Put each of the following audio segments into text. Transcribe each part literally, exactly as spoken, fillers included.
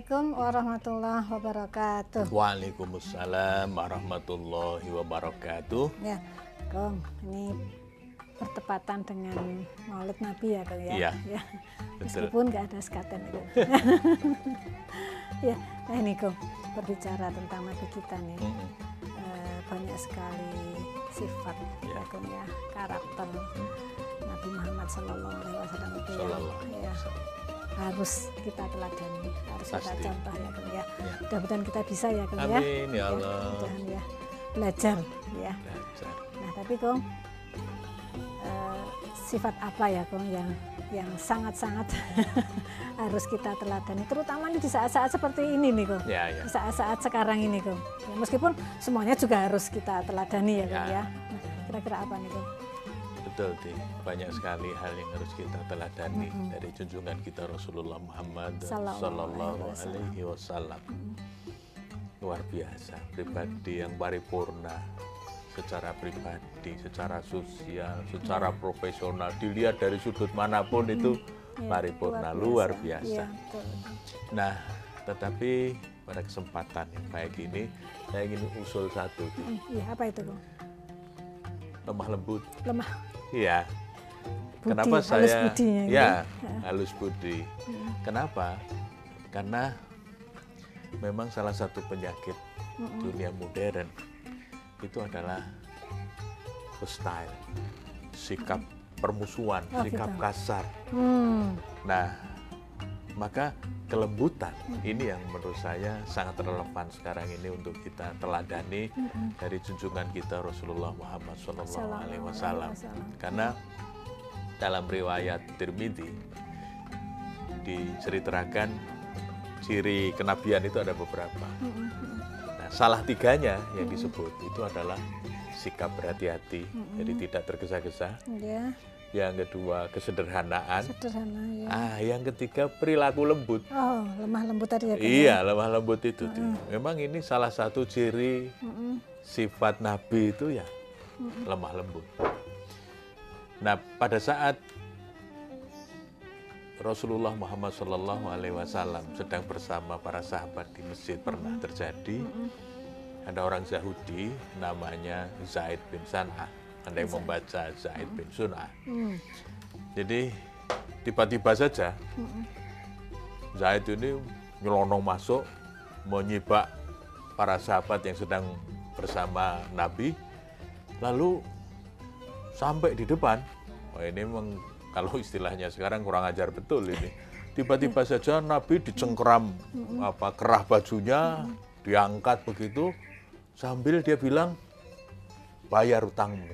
Assalamualaikum warahmatullahi wabarakatuh. Waalaikumsalam warahmatullahi wabarakatuh. Ya, Kong, ini bertepatan dengan Maulid Nabi ya, Kong ya. Iya. Ya. Betul. Meskipun nggak ada sekaten itu. Ya, nah ini Kong, berbicara tentang Nabi kita nih. Mm-mm. Eh, banyak sekali sifat Ya. ya, Kong ya, karakter Nabi Muhammad Sallallahu Alaihi Wasallam itu yang Sallallahu alaihi ya, wasallam. harus kita teladani, harus kita Pasti. contoh ya, Kong ya. Ya. Mudah-mudahan kita bisa ya, Kong ya. Amin ya Allah. Mudah-mudahan ya belajar ya. Belajar. Nah, tapi Kong, eh, sifat apa ya, Kong, yang yang sangat-sangat harus kita teladani, terutama nih di saat-saat seperti ini nih, Kong. Ya, ya. Di saat-saat sekarang ini, Kong. Ya, meskipun semuanya juga harus kita teladani ya, Kong Ya. ya. Nah, kira-kira apa nih, Kong? Betul, Di. Banyak sekali hal yang harus kita teladani dari junjungan kita Rasulullah Muhammad Sallallahu Sallallahu alaihi wasallam. Alaihi Wasallam. Luar biasa, pribadi yang paripurna secara pribadi, secara sosial, secara profesional, dilihat dari sudut manapun itu Ya, paripurna, luar Iya, biasa. betul. Nah, tetapi pada kesempatan yang baik ini, saya ingin usul satu, Di. Hmm, Iya, apa itu, Kong? Lemah lembut. Lemah Iya. budi, Kenapa halus saya? budinya gitu. Ya, halus budi. Kenapa? Karena memang salah satu penyakit dunia modern itu adalah hostile, sikap permusuhan, Oh, sikap gitu. kasar. Hmm, Nah, maka kelembutan ini yang menurut saya sangat relevan sekarang ini untuk kita teladani dari junjungan kita Rasulullah Muhammad Shallallahu Alaihi Wasallam. Karena dalam riwayat Tirmidzi diceritakan ciri kenabian itu ada beberapa. Nah, salah tiganya yang disebut itu adalah sikap berhati-hati, jadi tidak tergesa-gesa. ya, Yang kedua kesederhanaan. sederhana ya. Ah, yang ketiga perilaku lembut. Oh, lemah lembut tadi ya, Kong, ya? Iya, lemah lembut itu. Di. Memang ini salah satu ciri Mm-mm. sifat Nabi itu ya lemah lembut. Nah, pada saat Rasulullah Muhammad Shallallahu Alaihi Wasallam sedang bersama para sahabat di masjid pernah terjadi ada orang Yahudi namanya Zaid bin San'ah. Anda yang membaca Zaid bin Sun'ah. Hmm. Jadi tiba-tiba saja Zaid ini nyelonong masuk menyibak para sahabat yang sedang bersama Nabi, lalu sampai di depan. Wah, ini memang kalau istilahnya sekarang kurang ajar betul ini. Tiba-tiba saja Nabi dicengkeram apa kerah bajunya, diangkat begitu sambil dia bilang bayar utangmu.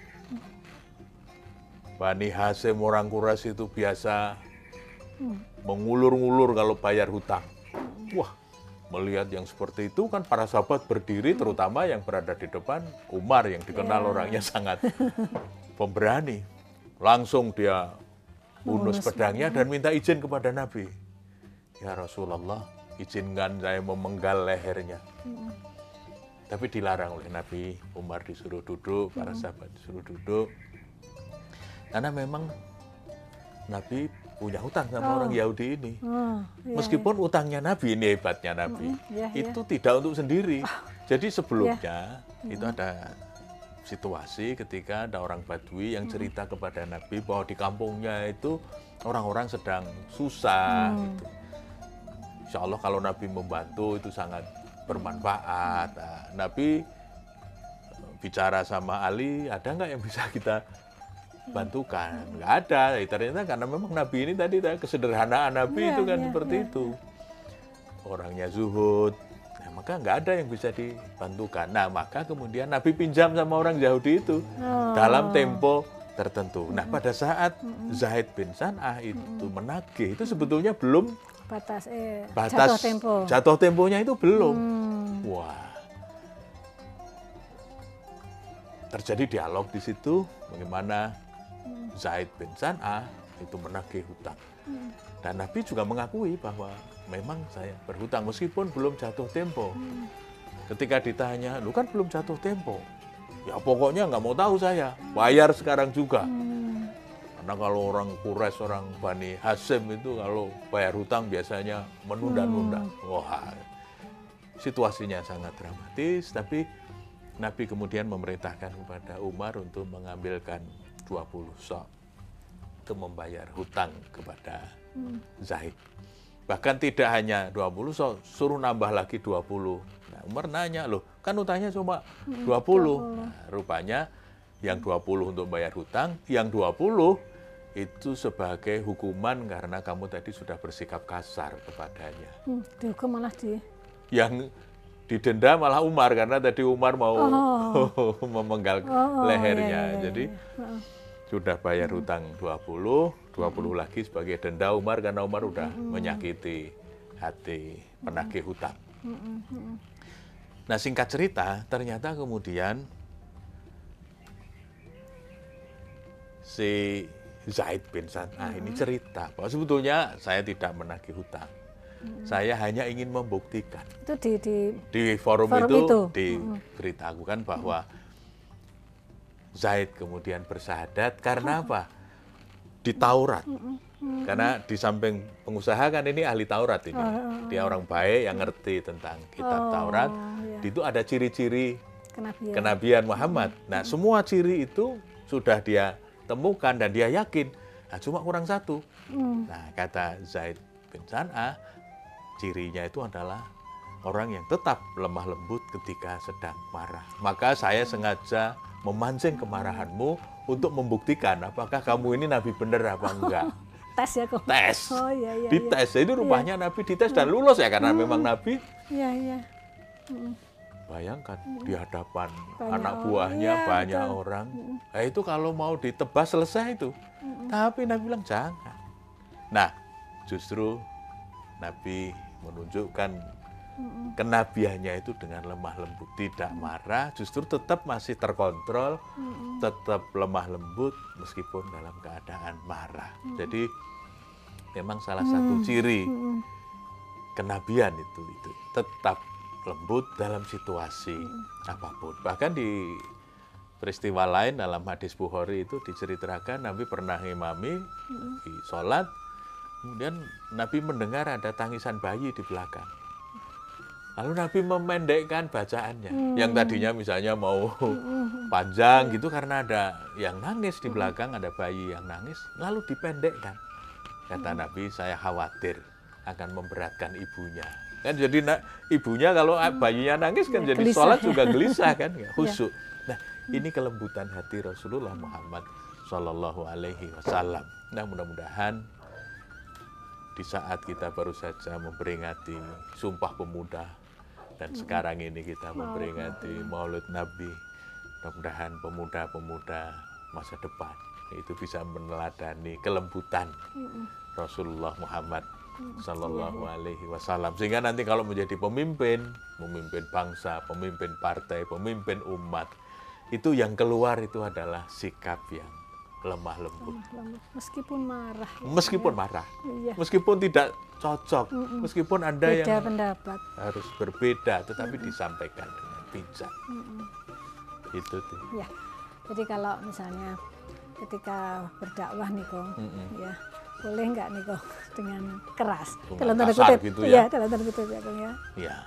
Bani Hasyim orang Quraisy itu biasa mengulur-ngulur kalau bayar hutang. Wah, melihat yang seperti itu kan para sahabat berdiri, terutama yang berada di depan Umar yang dikenal Ya. orangnya sangat pemberani. Langsung dia unus pedangnya dan minta izin kepada Nabi. Ya Rasulullah, izinkan saya memenggal lehernya. Tapi dilarang oleh Nabi. Umar disuruh duduk, para sahabat disuruh duduk. Karena memang Nabi punya hutang sama Oh. orang Yahudi ini. Oh, iya, Meskipun utangnya Nabi, ini hebatnya Nabi, iya, iya. itu tidak untuk sendiri. Jadi sebelumnya itu ada situasi ketika ada orang Badui yang cerita kepada Nabi bahwa di kampungnya itu orang-orang sedang susah. Gitu. Insya Allah kalau Nabi membantu itu sangat bermanfaat. Nah, Nabi bicara sama Ali, ada nggak yang bisa kita bantukan? Nggak ada. Ya, ternyata karena memang Nabi ini tadi kesederhanaan Nabi Iya, itu kan iya, seperti iya, itu. Orangnya zuhud. Nah, maka nggak ada yang bisa dibantukan. Nah, maka kemudian Nabi pinjam sama orang Yahudi itu Oh. dalam tempo tertentu. Nah, pada saat Zaid bin San'ah itu menagih, itu sebetulnya belum batas eh batas jatuh tempo. jatuh temponya itu belum. Hmm. Wah. Terjadi dialog di situ bagaimana Zaid bin San'ah itu menagih hutang. Dan Nabi juga mengakui bahwa memang saya berhutang meskipun belum jatuh tempo. Ketika ditanya, lu kan belum jatuh tempo. Ya pokoknya nggak mau tahu saya, bayar sekarang juga. Karena kalau orang Quraisy, orang Bani Hasyim itu kalau bayar hutang biasanya menunda-nunda. Hmm. Wah, situasinya sangat dramatis, tapi Nabi kemudian memerintahkan kepada Umar untuk mengambilkan dua puluh sok untuk membayar hutang kepada hmm. Zaid. Bahkan tidak hanya dua puluh sok, suruh nambah lagi dua puluh. Nah, Umar nanya, loh kan hutangnya cuma dua puluh. Nah, rupanya yang dua puluh untuk bayar hutang, yang dua puluh itu sebagai hukuman karena kamu tadi sudah bersikap kasar kepadanya. Hmm, dihukum malah di... Yang didenda malah Umar, karena tadi Umar mau oh. memenggal oh, lehernya. Iya, iya, Jadi iya. sudah bayar hutang dua puluh, dua puluh hmm. lagi sebagai denda Umar karena Umar udah hmm. menyakiti hati penagih hmm. hutang. Hmm. Hmm. Nah, singkat cerita, ternyata kemudian si Zaid bin San'ah hmm. ini cerita bahwa sebetulnya saya tidak menagih hutang. Hmm. Saya hanya ingin membuktikan. Itu di di, di forum, forum itu, itu diberitahukan hmm. bahwa Zaid kemudian bersyahadat karena apa? Di Taurat. Hmm. Hmm. Karena di samping pengusaha kan ini ahli Taurat ini. Oh. Dia orang baik yang ngerti tentang kitab oh, Taurat. Ya. Itu ada ciri-ciri kenabian, kenabian Muhammad. Hmm. Nah, semua ciri itu sudah dia temukan dan dia yakin. Nah, cuma kurang satu. Hmm. Nah, kata Zaid bin San'ah, cirinya itu adalah orang yang tetap lemah lembut ketika sedang marah. Maka saya sengaja memancing kemarahanmu untuk membuktikan apakah kamu ini nabi benar apa enggak. Tes ya kok. Tes. Oh iya iya. Dites. Iya. Jadi rupanya iya. Nabi dites dan lulus ya karena hmm. memang nabi. Iya iya. Hmm. Bayangkan hmm. di hadapan banyak anak buahnya iya, banyak betul. orang. Hmm. Nah, itu kalau mau ditebas selesai itu. Hmm. Tapi Nabi bilang jangan. Nah, justru Nabi menunjukkan hmm. kenabiannya itu dengan lemah lembut, tidak hmm. marah, justru tetap masih terkontrol, hmm. tetap lemah lembut meskipun dalam keadaan marah. Hmm. Jadi memang salah satu ciri hmm. kenabian itu itu tetap lembut dalam situasi hmm. apapun. Bahkan di peristiwa lain dalam hadis Bukhari itu diceritakan Nabi pernah ngimami hmm. di sholat, kemudian Nabi mendengar ada tangisan bayi di belakang. Lalu Nabi memendekkan bacaannya, hmm. yang tadinya misalnya mau hmm. panjang gitu karena ada yang nangis di belakang, ada bayi yang nangis, lalu dipendekkan. Kata hmm. Nabi, saya khawatir akan memberatkan ibunya. Kan jadi nak, ibunya kalau bayinya nangis kan ya, jadi gelisah, sholat ya. juga gelisah kan, ya, khusyuk. Nah, ini kelembutan hati Rasulullah Muhammad Shallallahu Alaihi Wasallam. Nah, mudah-mudahan di saat kita baru saja memperingati Sumpah Pemuda dan hmm. sekarang ini kita memperingati Maulid Nabi, mudah-mudahan pemuda-pemuda masa depan itu bisa meneladani kelembutan hmm. Rasulullah Muhammad Sallallahu Alaihi Wasallam, sehingga nanti kalau menjadi pemimpin, memimpin bangsa, pemimpin partai, pemimpin umat, itu yang keluar itu adalah sikap yang lemah lembut. Meskipun marah. Ya, meskipun ya. marah, iya. meskipun tidak cocok, mm -mm. meskipun Anda Beda yang pendapat. harus berbeda, tetapi mm -mm. disampaikan dengan bijak. Mm -mm. Itu tuh. Ya, jadi kalau misalnya ketika berdakwah nih kok, mm -mm. ya. boleh nggak nih kok dengan keras Bunga dalam tanda kutip gitu ya? Ya dalam tanda kutip ya kok ya. Ya.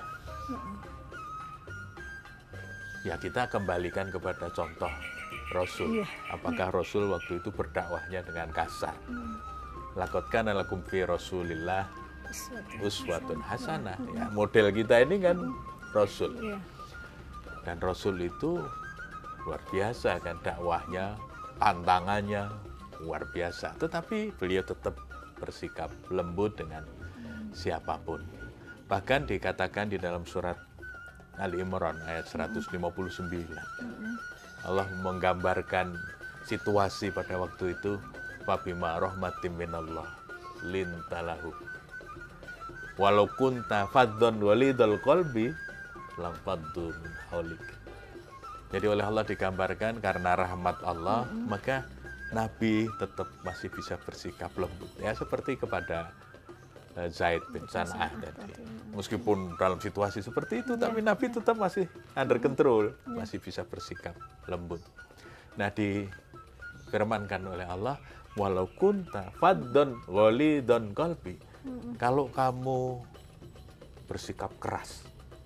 Ya kita kembalikan kepada contoh Rasul. Ya. Apakah ya. Rasul waktu itu berdakwahnya dengan kasar? Hmm. Laqad kana lakum fi Rasulillah uswatun hasanah. Ya, model kita ini kan hmm. Rasul. Ya. Dan Rasul itu luar biasa kan dakwahnya, tantangannya luar biasa, tetapi beliau tetap bersikap lembut dengan siapapun. Bahkan dikatakan di dalam surat Ali Imran ayat seratus lima puluh sembilan, Allah menggambarkan situasi pada waktu itu, fabima rahmatim minallah lintalahu walau kunta faddan walidal qalbi lam faddu min haulik. Jadi oleh Allah digambarkan karena rahmat Allah, mm-hmm. maka Nabi tetap masih bisa bersikap lembut, ya seperti kepada uh, Zaid bin San'ah tadi. Meskipun dalam situasi seperti itu, ya, tapi Nabi ya. tetap masih under control, ya. masih bisa bersikap lembut. Nah di difirmankan oleh Allah, walau kunta faddon ghalidon qalbi. Mm-hmm. Kalau kamu bersikap keras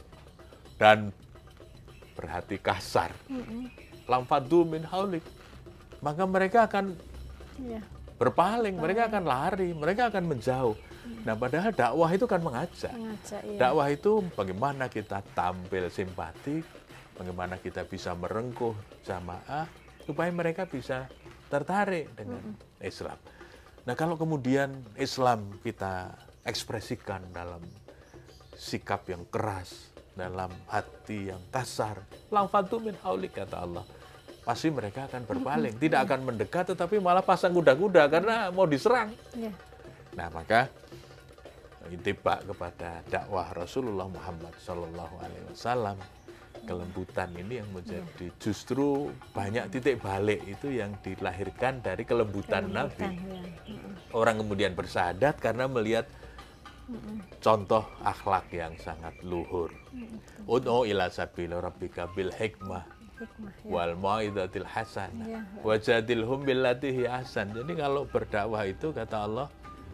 dan berhati kasar, mm-hmm. lam faddu min haulik, maka mereka akan yeah. berpaling, Baik. mereka akan lari, mereka akan menjauh. Mm-hmm. Nah, padahal dakwah itu kan mengajak. mengajak iya. Dakwah itu bagaimana kita tampil simpatik, bagaimana kita bisa merengkuh jamaah supaya mereka bisa tertarik dengan mm-hmm. Islam. Nah, kalau kemudian Islam kita ekspresikan dalam sikap yang keras, dalam hati yang kasar, lam faddu min haulik, kata Allah, pasti mereka akan berpaling, mm-hmm. tidak akan mendekat, tetapi malah pasang kuda-kuda karena mau diserang. Yeah. Nah, maka intibak kepada dakwah Rasulullah Muhammad Shallallahu Alaihi Wasallam, kelembutan ini yang menjadi justru banyak titik balik itu yang dilahirkan dari kelembutan, kelembutan Nabi. Ya. Orang kemudian bersahadat karena melihat contoh akhlak yang sangat luhur. Ud'u ila sabili rabbika bil hikmah wal mau'izatil hasanah wajadilhum billati hi ahsan. Jadi kalau berdakwah itu, kata Allah,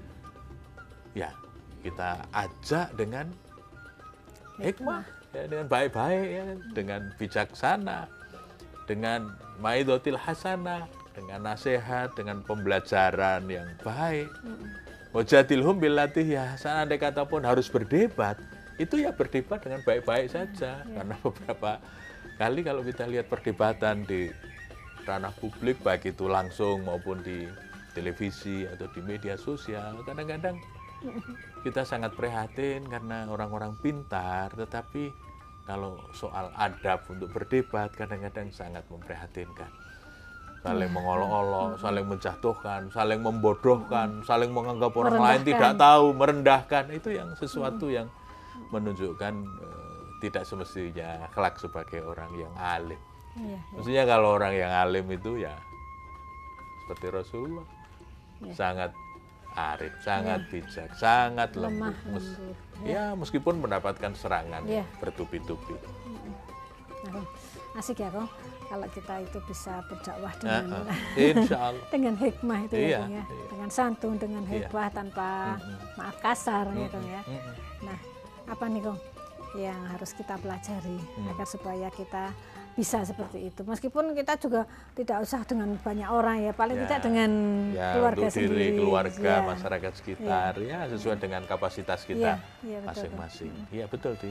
ya kita ajak dengan hikmah, ya, dengan baik-baik, ya, dengan bijaksana, dengan mau'izatil hasanah, dengan nasihat, dengan pembelajaran yang baik. Wajadilhum billati hi ahsan. Andai kata pun harus berdebat, itu ya berdebat dengan baik-baik saja. Ya. Karena beberapa kali kalau kita lihat perdebatan di ranah publik, baik itu langsung maupun di televisi atau di media sosial, kadang-kadang kita sangat prihatin karena orang-orang pintar, tetapi kalau soal adab untuk berdebat kadang-kadang sangat memprihatinkan. Saling mengolok-olok, saling menjatuhkan, saling membodohkan, saling menganggap orang lain tidak tahu, merendahkan. Itu yang sesuatu yang menunjukkan uh, tidak semestinya akhlak sebagai orang yang alim. Ya, ya. Maksudnya kalau orang yang alim itu ya seperti Rasulullah, ya. sangat arif, sangat ya. bijak, sangat lembut. Mes ya. ya meskipun mendapatkan serangan ya. bertubi-tubi. Nah, asik ya kok kalau kita itu bisa berdakwah dengan uh, uh, dengan hikmah itu iya, ya, ya. Iya. dengan santun, dengan hikmah, iya. tanpa mm-hmm. maaf kasar mm-hmm. ya, ya. Mm-hmm. Nah, apa nih kok yang harus kita pelajari mm. agar supaya kita bisa seperti itu, meskipun kita juga tidak usah dengan banyak orang ya, paling ya, tidak dengan ya, keluarga untuk sendiri, diri, keluarga, ya. masyarakat sekitar, ya, ya sesuai dengan kapasitas kita masing-masing. Ya, ya, betul sih.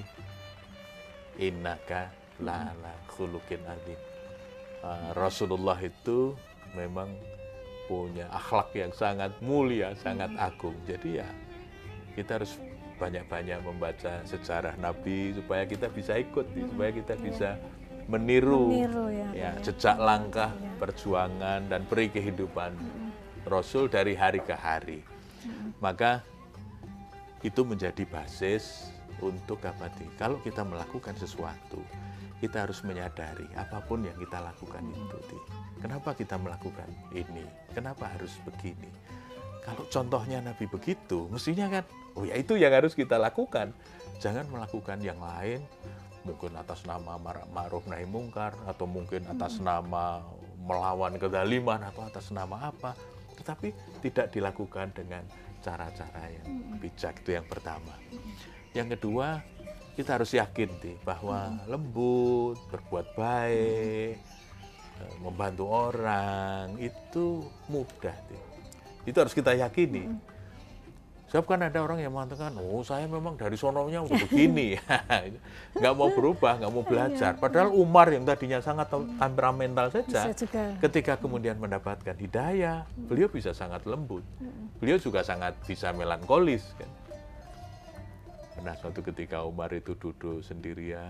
Innaka la'ala khuluqin adzim. Uh, Rasulullah itu memang punya akhlak yang sangat mulia, sangat agung. Jadi ya kita harus banyak-banyak membaca sejarah Nabi supaya kita bisa ikut, hmm. supaya kita bisa meniru, meniru ya, ya, ya. jejak langkah ya. perjuangan dan peri kehidupan hmm. Rasul dari hari ke hari. Hmm. Maka itu menjadi basis untuk apa sih? Kalau kita melakukan sesuatu, kita harus menyadari apapun yang kita lakukan itu, di, kenapa kita melakukan ini, kenapa harus begini. Kalau contohnya Nabi begitu, mestinya kan, oh ya itu yang harus kita lakukan. Jangan melakukan yang lain, mungkin atas nama ma'ruf nahi mungkar, atau mungkin atas nama melawan kezaliman, atau atas nama apa. Tetapi tidak dilakukan dengan cara-cara yang bijak, itu yang pertama. Yang kedua, kita harus yakin di, bahwa hmm. lembut, berbuat baik, hmm. membantu orang, itu mudah. Di. Itu harus kita yakini. Hmm. Sebab kan ada orang yang mengatakan, oh saya memang dari sononya udah begini. Nggak mau berubah, nggak mau belajar. Padahal Umar yang tadinya sangat temperamental saja, ketika kemudian mendapatkan hidayah, hmm. beliau bisa sangat lembut. Hmm. Beliau juga sangat bisa melankolis. Kan? Nah, suatu ketika Umar itu duduk sendirian,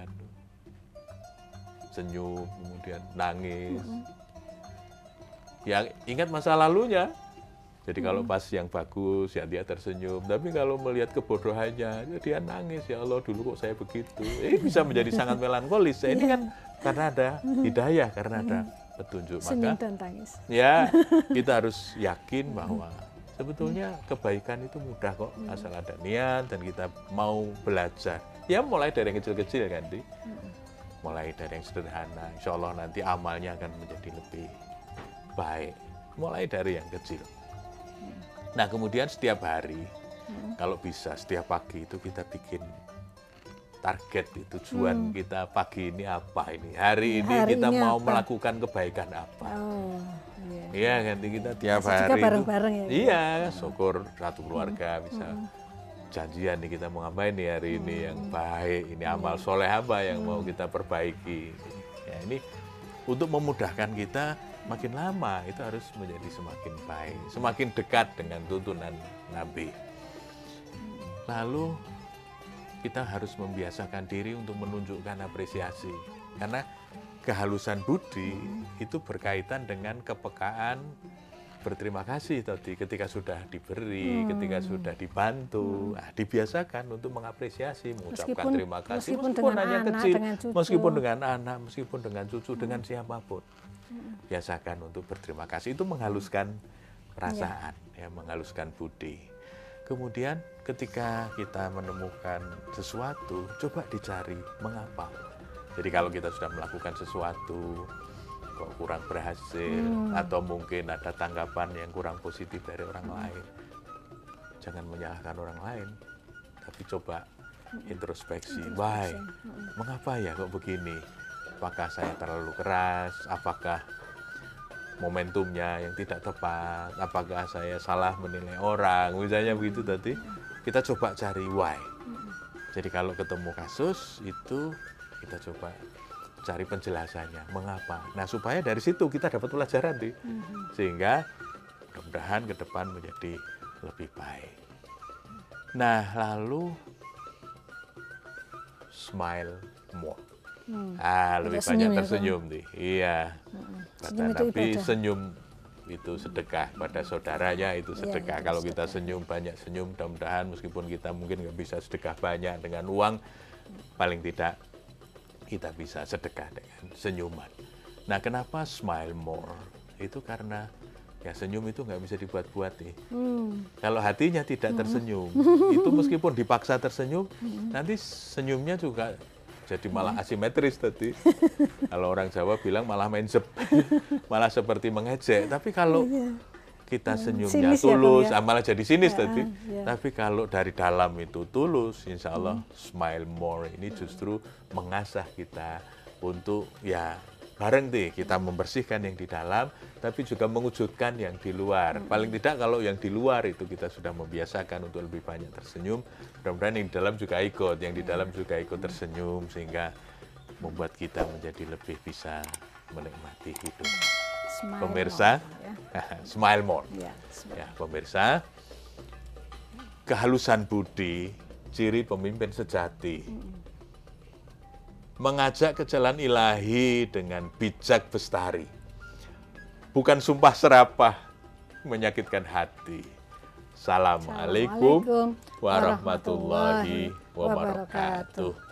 senyum, kemudian nangis. Mm-hmm. Ya, ingat masa lalunya. Jadi mm-hmm. kalau pas yang bagus, ya dia tersenyum. Tapi kalau melihat kebodohannya, ya dia nangis. Ya Allah, dulu kok saya begitu. Ini bisa menjadi sangat melankolis. Ya, ini kan karena ada hidayah, karena ada petunjuk. Senyum dan tangis. Ya, kita harus yakin bahwa sebetulnya kebaikan itu mudah kok, hmm. asal ada niat dan kita mau belajar. Ya mulai dari yang kecil-kecil kan, Di. Hmm. Mulai dari yang sederhana. Insya Allah nanti amalnya akan menjadi lebih baik. mulai dari yang kecil. Nah, kemudian setiap hari, hmm. kalau bisa setiap pagi itu kita bikin target, tujuan hmm. kita pagi ini apa ini. Hari ini hari kita ini mau apa? melakukan kebaikan apa. Oh, iya. Iya, nanti kita tiap Masih hari bareng-bareng ya. Iya, syukur satu keluarga hmm. bisa hmm. janjian nih kita mau ngapain nih hari hmm. ini yang baik, ini amal soleh apa yang hmm. mau kita perbaiki. Ya, ini untuk memudahkan kita makin lama itu harus menjadi semakin baik, semakin dekat dengan tuntunan Nabi. Lalu kita harus membiasakan diri untuk menunjukkan apresiasi, karena kehalusan budi itu berkaitan dengan kepekaan berterima kasih tadi. Ketika sudah diberi, hmm. ketika sudah dibantu, hmm. nah, dibiasakan untuk mengapresiasi, mengucapkan meskipun, terima kasih meskipun, meskipun hanya anak, kecil, meskipun dengan anak, meskipun dengan cucu, hmm. dengan siapapun. Biasakan untuk berterima kasih, itu menghaluskan perasaan, ya. Ya, menghaluskan budi. Kemudian ketika kita menemukan sesuatu, coba dicari mengapa. Jadi kalau kita sudah melakukan sesuatu kok kurang berhasil, hmm. atau mungkin ada tanggapan yang kurang positif dari orang hmm. lain, jangan menyalahkan orang lain, tapi coba introspeksi. Why? Mengapa ya kok begini? Apakah saya terlalu keras? Apakah momentumnya yang tidak tepat? Apakah saya salah menilai orang? Misalnya begitu tadi, kita coba cari why. Jadi kalau ketemu kasus itu kita coba cari penjelasannya, mengapa. Nah, supaya dari situ kita dapat pelajaran nih, sehingga mudah-mudahan ke depan menjadi lebih baik. Nah, lalu smile more. Hmm. Ah, lebih banyak senyum tersenyum ya, nih. Iya. Hmm. Kata Nabi, senyum itu sedekah, pada saudaranya itu sedekah. Ya, kalau sedekah. Kita senyum, banyak senyum, mudah-mudahan meskipun kita mungkin nggak bisa sedekah banyak dengan uang, paling tidak kita bisa sedekah dengan senyuman. Nah, kenapa smile more? Itu karena ya senyum itu nggak bisa dibuat-buat nih. Hmm. Kalau hatinya tidak tersenyum, hmm. itu meskipun dipaksa tersenyum, hmm. nanti senyumnya juga jadi malah asimetris tadi. Kalau orang Jawa bilang malah menzep, malah seperti mengejek. Tapi kalau kita senyumnya sinis tulus, ya, malah jadi sinis ya, tadi. Ya. Tapi kalau dari dalam itu tulus, insya Allah hmm. smile more ini justru mengasah kita untuk ya bareng deh kita membersihkan yang di dalam, tapi juga mewujudkan yang di luar. Hmm. Paling tidak kalau yang di luar itu kita sudah membiasakan untuk lebih banyak tersenyum, mudah-mudahan yang di dalam juga ikut, yang di dalam juga ikut tersenyum, sehingga membuat kita menjadi lebih bisa menikmati hidup. Smile pemirsa, more, ya. Smile more. Ya, smile. Ya, pemirsa, kehalusan budi, ciri pemimpin sejati. Hmm. Mengajak ke jalan ilahi dengan bijak bestari. Bukan sumpah serapah, menyakitkan hati. Assalamualaikum warahmatullahi wabarakatuh.